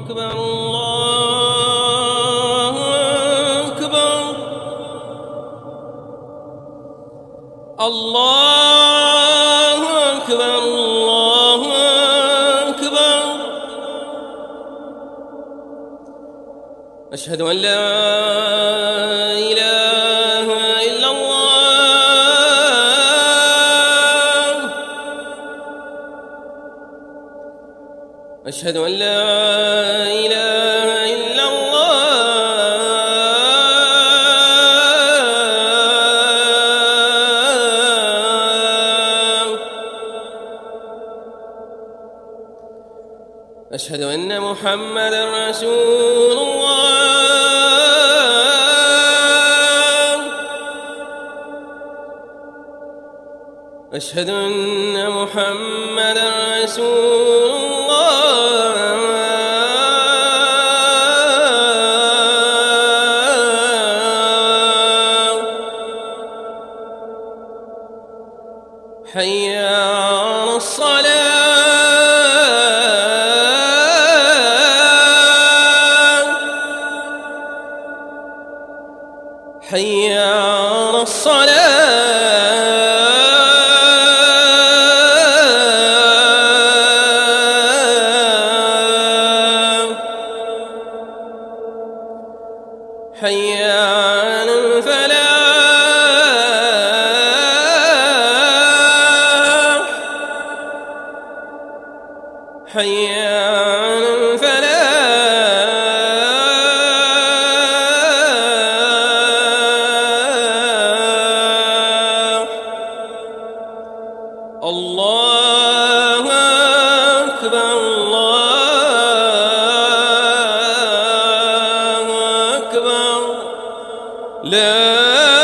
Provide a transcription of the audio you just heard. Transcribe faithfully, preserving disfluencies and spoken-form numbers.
أكبر الله أكبر الله أكبر الله أكبر أشهد أن لا إله إلا الله أشهد أن لا إله إلا الله أشهد أن محمدًا رسول الله أشهد أن محمدًا رسول الله حي على الصلاة حي على الصلاة حي على الفلاح حي على الفلاح الله أكبر الله أكبر لا